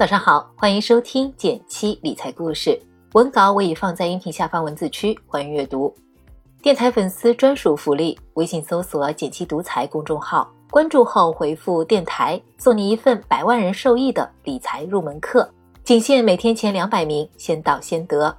早上好，欢迎收听减七理财故事，文稿我已放在音频下方文字区，欢迎阅读。电台粉丝专属福利，微信搜索减七独裁公众号，关注后回复电台，送你一份100万人受益的理财入门课，仅限每天前200名，先到先得。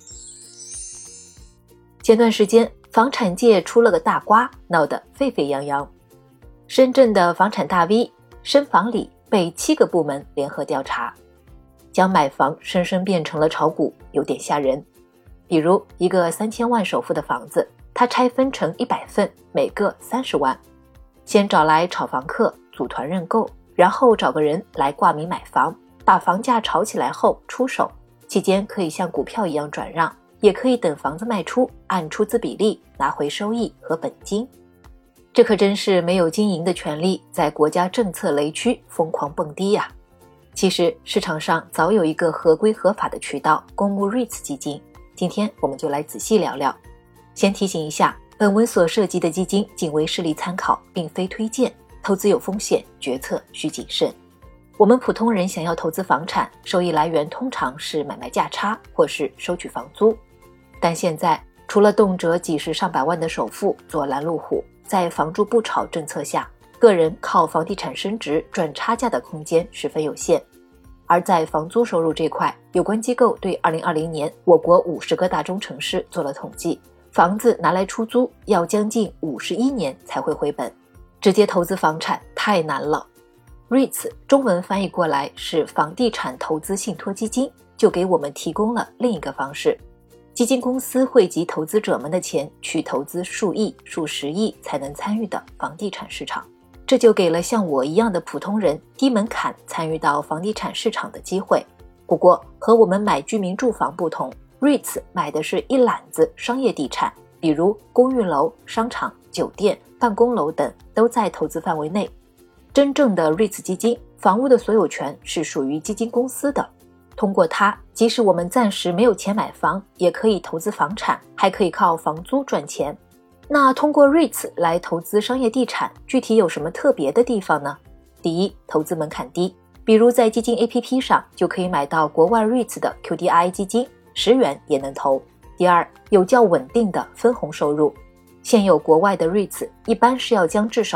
前段时间房产界出了个大瓜，闹得沸沸扬扬。深圳的房产大 V 深房里被7个部门联合调查，将买房深深变成了炒股，有点吓人。比如一个3000万首付的房子，它拆分成100份，每个30万。先找来炒房客组团认购，然后找个人来挂名买房，把房价炒起来后出手，期间可以像股票一样转让，也可以等房子卖出，按出资比例拿回收益和本金。这可真是没有经营的权利，在国家政策雷区疯狂蹦迪呀！其实市场上早有一个合规合法的渠道，公募 REITs 基金，今天我们就来仔细聊聊。先提醒一下，本文所涉及的基金仅为事例参考，并非推荐，投资有风险，决策需谨慎。我们普通人想要投资房产，收益来源通常是买卖价差或是收取房租，但现在除了动辄几十上百万的首付做拦路虎，在房住不炒政策下，个人靠房地产升值赚差价的空间十分有限。而在房租收入这块，有关机构对2020年我国50个大中城市做了统计，房子拿来出租要将近51年才会回本，直接投资房产太难了。REITs 中文翻译过来是房地产投资信托基金，就给我们提供了另一个方式。基金公司汇集投资者们的钱去投资数亿、数十亿才能参与的房地产市场，这就给了像我一样的普通人低门槛参与到房地产市场的机会。不过和我们买居民住房不同， REITs 买的是一揽子商业地产，比如公寓楼、商场、酒店、办公楼等都在投资范围内。真正的 REITs 基金，房屋的所有权是属于基金公司的，通过它，即使我们暂时没有钱买房，也可以投资房产，还可以靠房租赚钱。那通过 REITs 来投资商业地产，具体有什么特别的地方呢？第一，投资门槛低，比如在基金 APP 上就可以买到国外 REITs 的 QDII 基金，10元也能投。第二，有较稳定的分红收入，现有国外的 REITs 一般是要将至少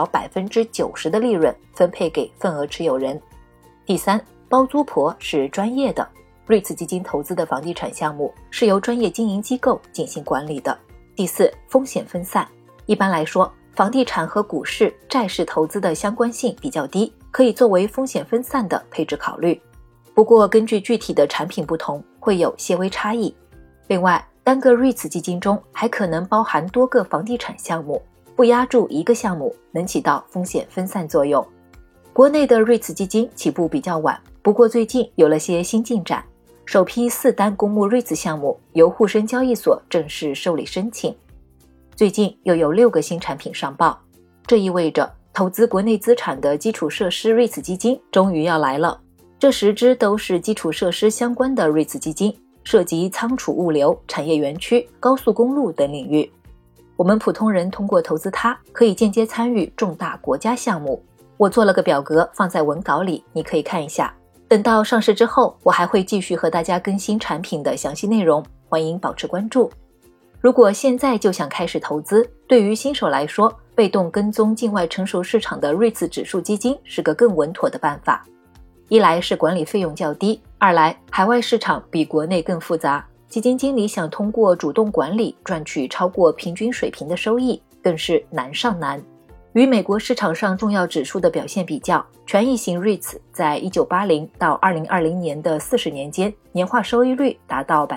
90%的利润分配给份额持有人。第三，包租婆是专业的， REITs 基金投资的房地产项目是由专业经营机构进行管理的。第四，风险分散，一般来说，房地产和股市、债市投资的相关性比较低，可以作为风险分散的配置考虑。不过根据具体的产品不同，会有些微差异。另外，单个 REITs 基金中还可能包含多个房地产项目，不押注一个项目，能起到风险分散作用。国内的 REITs 基金起步比较晚，不过最近有了些新进展，首批4单公募 REITs 项目由沪深交易所正式受理申请。最近又有6个新产品上报，这意味着投资国内资产的基础设施 REITs 基金终于要来了。这10只都是基础设施相关的 REITs 基金，涉及仓储物流、产业园区、高速公路等领域。我们普通人通过投资它，可以间接参与重大国家项目。我做了个表格放在文稿里，你可以看一下。等到上市之后，我还会继续和大家更新产品的详细内容，欢迎保持关注。如果现在就想开始投资，对于新手来说，被动跟踪境外成熟市场的 REITs 指数基金是个更稳妥的办法。一来是管理费用较低，二来海外市场比国内更复杂，基金经理想通过主动管理赚取超过平均水平的收益，更是难上难。与美国市场上重要指数的表现比较，权益型 REITs 在1980到2020年的40年间，年化收益率达到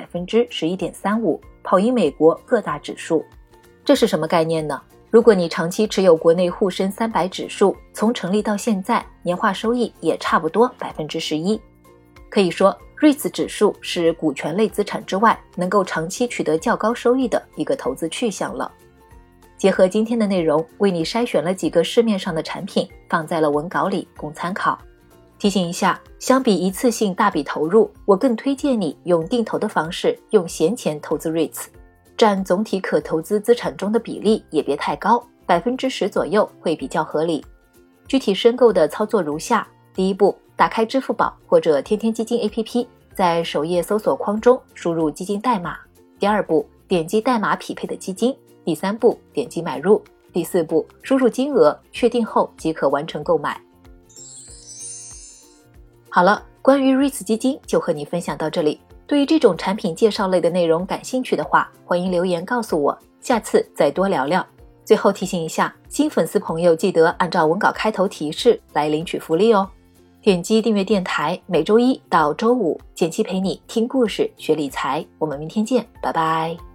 11.35%， 跑赢美国各大指数。这是什么概念呢？如果你长期持有国内沪深300指数，从成立到现在，年化收益也差不多 11%。可以说 REITs 指数是股权类资产之外，能够长期取得较高收益的一个投资去向了。结合今天的内容，为你筛选了几个市面上的产品，放在了文稿里供参考。提醒一下，相比一次性大笔投入，我更推荐你用定投的方式，用闲钱投资 REITs， 占总体可投资资产中的比例也别太高，10%左右会比较合理。具体申购的操作如下：第一步， 打开支付宝或者天天基金 APP， 在首页搜索框中输入基金代码。第二步，点击代码匹配的基金。第三步，点击买入。第四步，输入金额，确定后即可完成购买。好了，关于 REITs 基金就和你分享到这里。对于这种产品介绍类的内容感兴趣的话，欢迎留言告诉我，下次再多聊聊。最后提醒一下，新粉丝朋友记得按照文稿开头提示来领取福利哦。点击订阅电台，每周一到周五，简七陪你听故事学理财。我们明天见，拜拜。